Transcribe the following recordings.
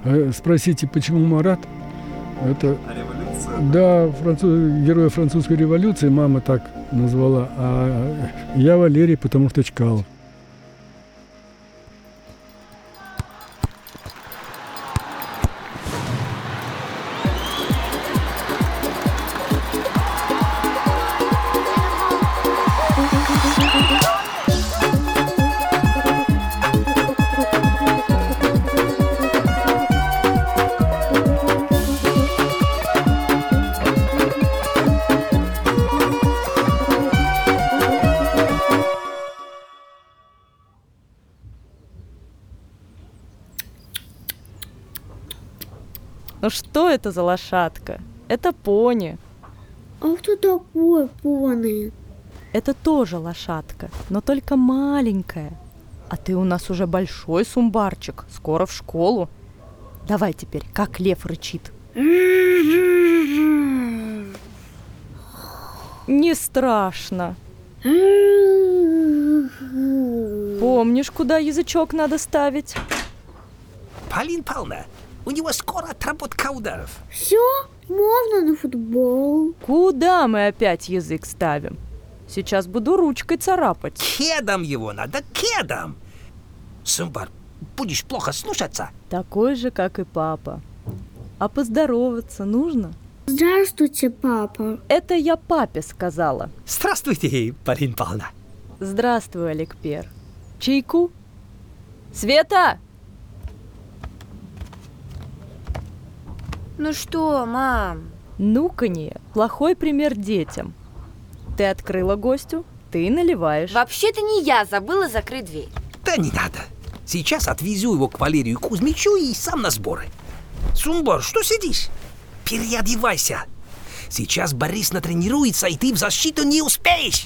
Спросите, почему Марат? Это, Революция? да, героя французской революции мама так назвала, а я Валерий, потому что Чкалов. Ну что это за лошадка? Это пони. А кто такой пони? Это тоже лошадка, но только маленькая. А ты у нас уже большой сумбарчик, скоро в школу. Давай теперь, как лев рычит. Не страшно. Помнишь, куда язычок надо ставить? Полина Павловна, у него скоро отработка ударов. Все, можно на футбол. Куда мы опять язык ставим? Сейчас буду ручкой царапать. Кедом его надо, кедом. Сумбар, будешь плохо слушаться? Такой же, как и папа. А поздороваться нужно? Здравствуйте, папа. Это я папе сказала. Здравствуйте, Полина Павловна. Здравствуй, Аликпер. Чайку? Света! Ну что, мам? Нуканье – плохой пример детям. Ты открыла гостю, ты наливаешь. Вообще-то не я забыла закрыть дверь. Да не надо. Сейчас отвезу его к Валерию Кузьмичу и сам на сборы. Сумбар, что сидишь? Переодевайся. Сейчас Борис натренируется, и ты в защиту не успеешь.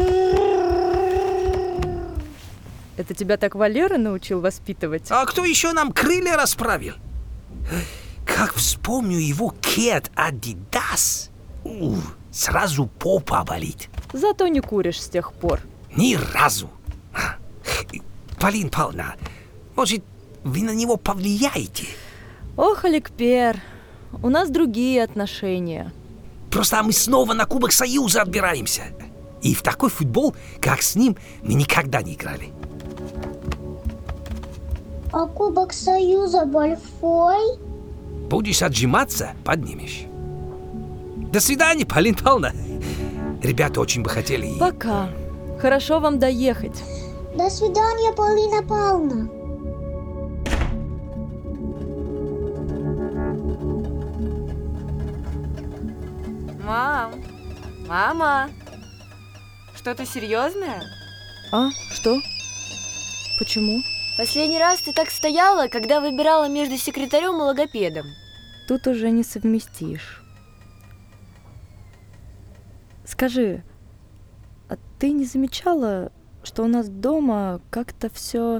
Это тебя так Валера научил воспитывать? А кто еще нам крылья расправил? Как вспомню его кед Адидас, сразу попа болит. Зато не куришь с тех пор. Ни разу. Полина Павловна, может, вы на него повлияете? Ох, Аликпер, у нас другие отношения. Просто мы снова на Кубок Союза отбираемся. И в такой футбол, как с ним, мы никогда не играли. А Кубок Союза большой? Будешь отжиматься, поднимешь. До свидания, Полина Павловна. Ребята очень бы хотели. Пока. Хорошо вам доехать. До свидания, Полина Павловна. Мам! Мама! Что-то серьезное? А, что? Почему? Последний раз ты так стояла, когда выбирала между секретарем и логопедом. Тут уже не совместишь. Скажи, а ты не замечала, что у нас дома как-то все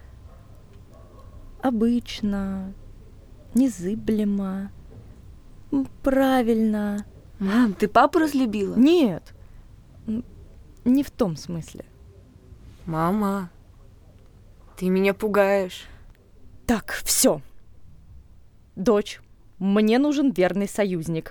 обычно, незыблемо, правильно? Мам, ты папу разлюбила? Нет, не в том смысле. Мама, ты меня пугаешь. Так, все. Дочь, мне нужен верный союзник.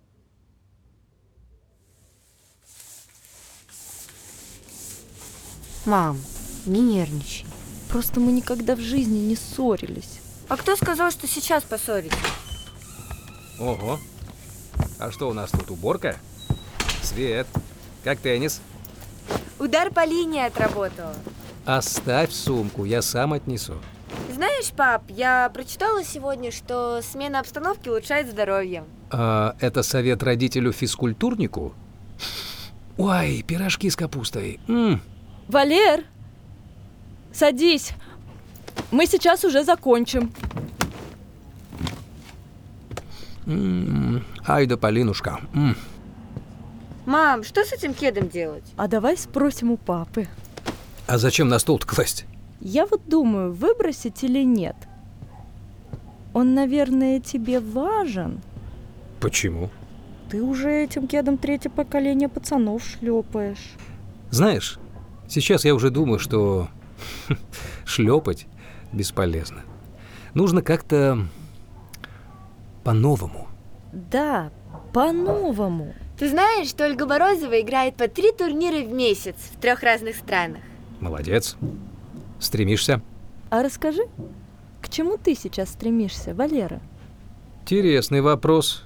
Мам, не нервничай. Просто мы никогда в жизни не ссорились. А кто сказал, что сейчас поссоритесь? Ого. А что у нас тут, уборка? Свет, как теннис? Удар по линии отработал. Оставь сумку, я сам отнесу. Знаешь, пап, я прочитала сегодня, что смена обстановки улучшает здоровье. А это совет родителю-физкультурнику? Ой, пирожки с капустой. Валер, садись. Мы сейчас уже закончим. Ай да Полинушка. Мам, что с этим кедом делать? А давай спросим у папы. А зачем на стол-то класть? Я вот думаю, выбросить или нет. Он, наверное, тебе важен. Почему? Ты уже этим кедом третье поколение пацанов шлепаешь. Знаешь, сейчас я уже думаю, что шлепать бесполезно. Нужно как-то по-новому. Да, по-новому. Ты знаешь, что Ольга Морозова играет по 3 турнира в месяц в 3 разных странах? Молодец. Стремишься? А расскажи, к чему ты сейчас стремишься, Валера? Интересный вопрос.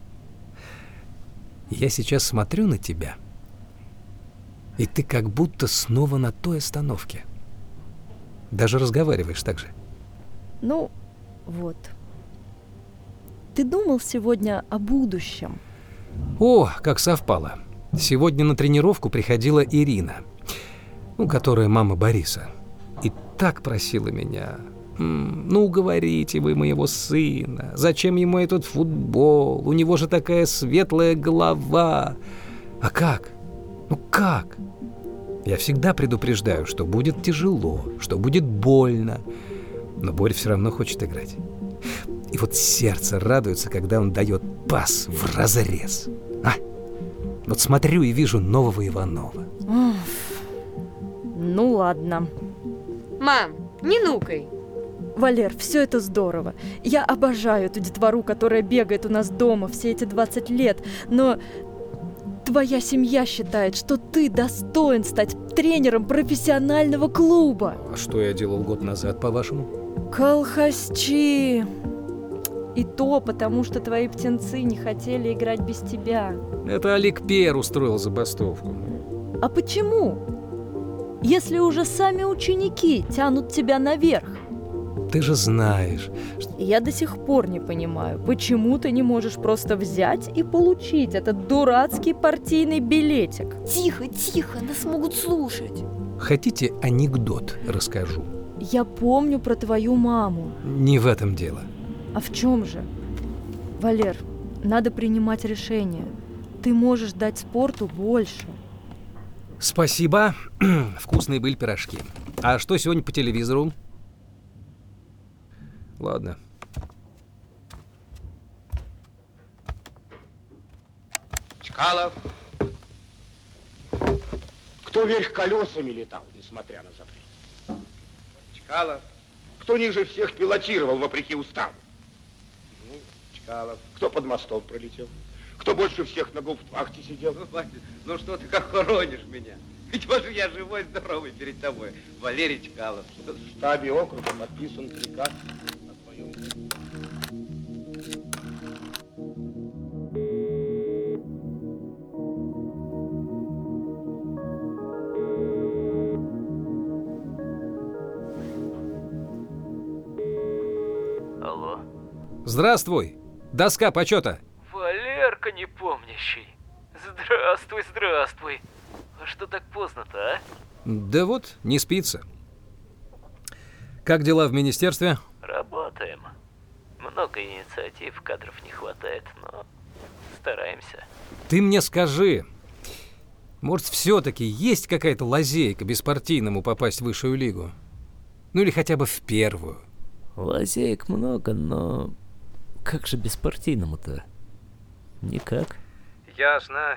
Я сейчас смотрю на тебя, и ты как будто снова на той остановке. Даже разговариваешь так же. Ну, вот. Ты думал сегодня о будущем? О, как совпало. Сегодня на тренировку приходила Ирина, которая мама Бориса. И так просила меня: ну, уговорите вы моего сына. Зачем ему этот футбол? У него же такая светлая голова. А как? Ну как? Я всегда предупреждаю, что будет тяжело, что будет больно. Но Боря все равно хочет играть. И вот сердце радуется, когда он дает пас вразрез. Вот смотрю и вижу нового Иванова. Ну ладно. Мам, не нукай. Валер, все это здорово. Я обожаю эту детвору, которая бегает у нас дома все эти 20 лет. Но твоя семья считает, что ты достоин стать тренером профессионального клуба. А что я делал год назад, по-вашему? Колхозчи. И то потому, что твои птенцы не хотели играть без тебя. Это Алик Пер устроил забастовку. А почему? Если уже сами ученики тянут тебя наверх. Ты же знаешь, И я до сих пор не понимаю, почему ты не можешь просто взять и получить этот дурацкий партийный билетик. Тихо, тихо, нас могут слушать. хотите анекдот расскажу? Я помню про твою маму. Не в этом дело. А в чем же? Валер, надо принимать решение. Ты можешь дать спорту больше. Спасибо. Вкусные были пирожки. А что сегодня по телевизору? Ладно. Чкалов. Кто вверх колесами летал, несмотря на запрет? Чкалов. Кто ниже всех пилотировал, вопреки уставу? Чкалов. Кто под мостом пролетел? Кто больше всех на гауптвахте сидел? Ну что ты как хоронишь меня? Ведь вот же я живой, здоровый перед тобой. Валерий Чкалов. В штабе округа подписан приказ о твоем... Алло. Здравствуй. Доска почета. Валерка непомнящий. Здравствуй, здравствуй. А что так поздно-то, а? Да вот, не спится. Как дела в министерстве? Работаем. Много инициатив, кадров не хватает, но стараемся. Ты мне скажи, может, все-таки есть какая-то лазейка беспартийному попасть в высшую лигу? Ну или хотя бы в первую? Лазеек много, но как же беспартийному-то? Никак. Ясно.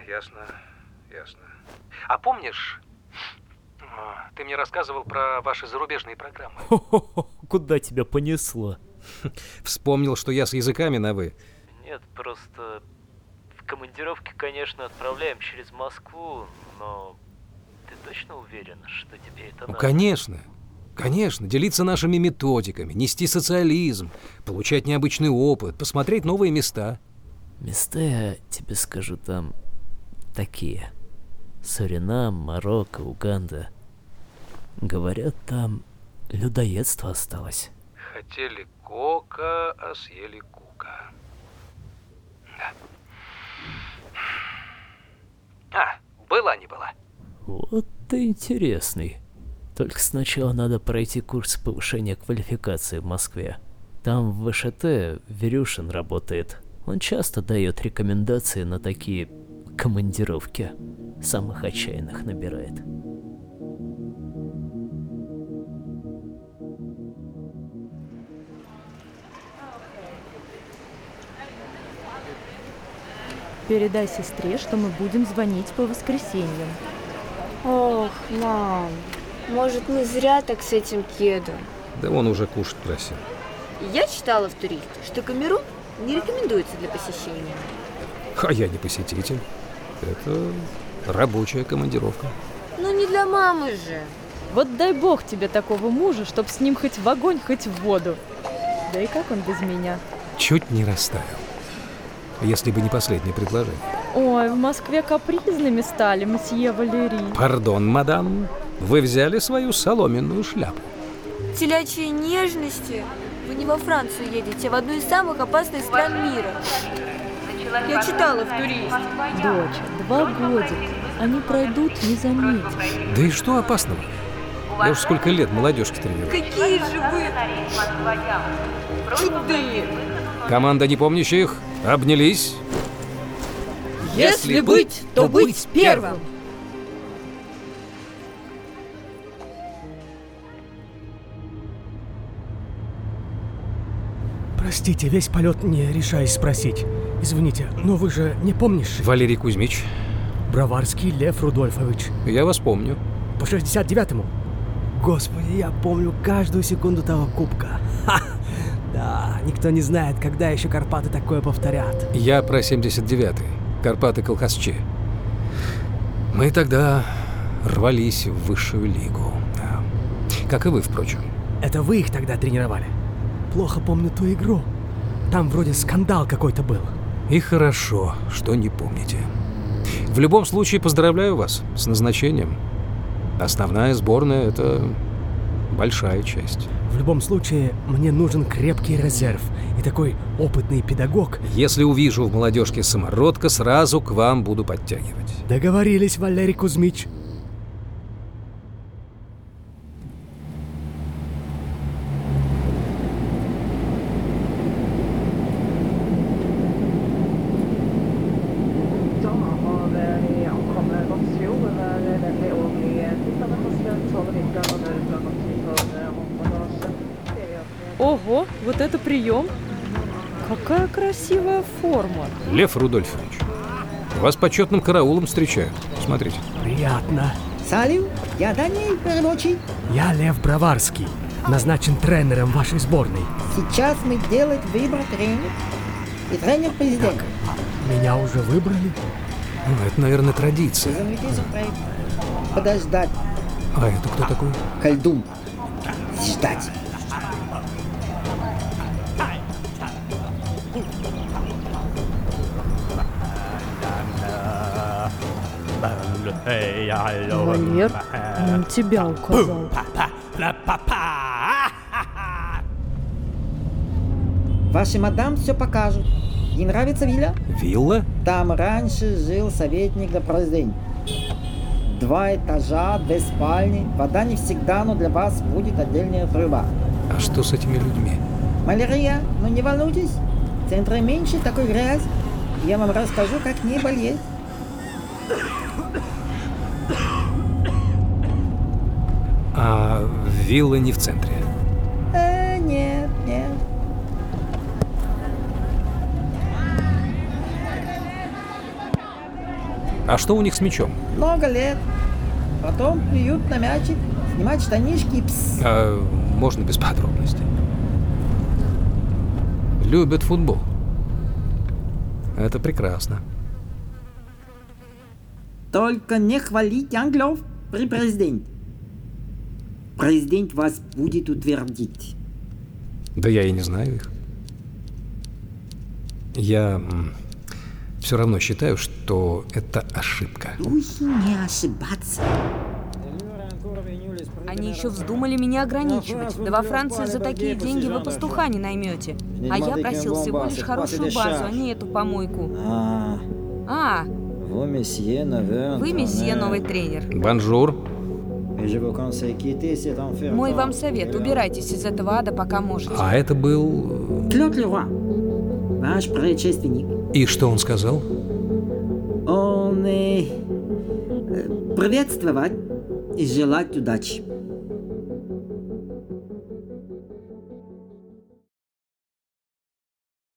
А помнишь, ты мне рассказывал про ваши зарубежные программы? Куда тебя понесло? Вспомнил, что я с языками на «вы». Нет, просто в командировке, конечно, отправляем через Москву, но ты точно уверен, что тебе это надо? Конечно, делиться нашими методиками, нести социализм, получать необычный опыт, посмотреть новые места. Места, я тебе скажу, там такие. Суринам, Марокко, Уганда. Говорят, там людоедство осталось. Хотели кока, а съели кука. Да. Была не была. Вот ты интересный. Только сначала надо пройти курс повышения квалификации в Москве. Там в ВШТ Верюшин работает. Он часто дает рекомендации на такие командировки. Самых отчаянных набирает. Передай сестре, что мы будем звонить по воскресеньям. Ох, мам, может, мы зря так с этим кедом? Да он уже кушать просил. Я читала в туристе, что Камерун не рекомендуется для посещения. А я не посетитель. Это рабочая командировка. Ну не для мамы же. Вот дай бог тебе такого мужа, чтоб с ним хоть в огонь, хоть в воду. Да и как он без меня? Чуть не растаял. Если бы не последнее предложение. Ой, в Москве капризными стали, мсье Валерий. Пардон, мадам. Вы взяли свою соломенную шляпу. Телячьи нежности. Вы не во Францию едете, а в одну из самых опасных стран мира. Я читала в «Туристе». Доча, 2 годика. Они пройдут, не заметишь. Да и что опасного? Я уж сколько лет молодежки тренирую. Какие же вы чудные! Команда непомнящих, обнялись. Если быть, то быть первым. Простите, весь полет не решаюсь спросить. Извините, но вы же не помнишь? Валерий Кузьмич. Броварский Лев Рудольфович. Я вас помню. По 69-му. Господи, я помню каждую секунду того кубка. Ха! Да, никто не знает, когда еще Карпаты такое повторят. Я про 79-й. Карпаты Колхозчи. Мы тогда рвались в высшую лигу. Да. Как и вы, впрочем. Это вы их тогда тренировали? Плохо помню ту игру. Там вроде скандал какой-то был. И хорошо, что не помните. В любом случае, поздравляю вас с назначением. Основная сборная – это большая часть. В любом случае, мне нужен крепкий резерв и такой опытный педагог. Если увижу в молодежке самородка, сразу к вам буду подтягивать. Договорились, Валерий Кузьмич. Ого, вот это прием. Какая красивая форма. Лев Рудольфович, вас почетным караулом встречают. Смотрите. Приятно. Салют, я Даниил Рабочий. Я Лев Броварский, назначен тренером вашей сборной. Сейчас мы делаем выбор тренера и тренер-президент. Меня уже выбрали? Ну, это, наверное, традиция. Подождать. А это кто такой? Кальдун. Ждать. Валер, он тебя указал. Ваши мадам все покажут. Ей нравится вилла? Вилла? Там раньше жил советник до президента. 2 этажа, 2 спальни. Вода не всегда, но для вас будет отдельная труба. А что с этими людьми? Малярия, но не волнуйтесь. В центре меньше такой грязи. Я вам расскажу, как не болеть. А вилла не в центре? Нет. А что у них с мячом? Много лет. Потом плюют на мячик, снимать штанишки и пс. А можно без подробностей? Любят футбол. Это прекрасно. Только не хвалить ангелов при президенте. Президент вас будет утвердить. Да я и не знаю их. Я все равно считаю, что это ошибка. Пусть не ошибаться. Они еще вздумали меня ограничивать. Да во Франции за такие деньги вы пастуха не наймете. А я просил всего лишь хорошую базу, а не эту помойку. Вы месье новый тренер. Бонжур. Мой вам совет, убирайтесь из этого ада, пока можете. А это был... Клод Леруа, ваш предшественник. И что он сказал? Он приветствовать и желать удачи.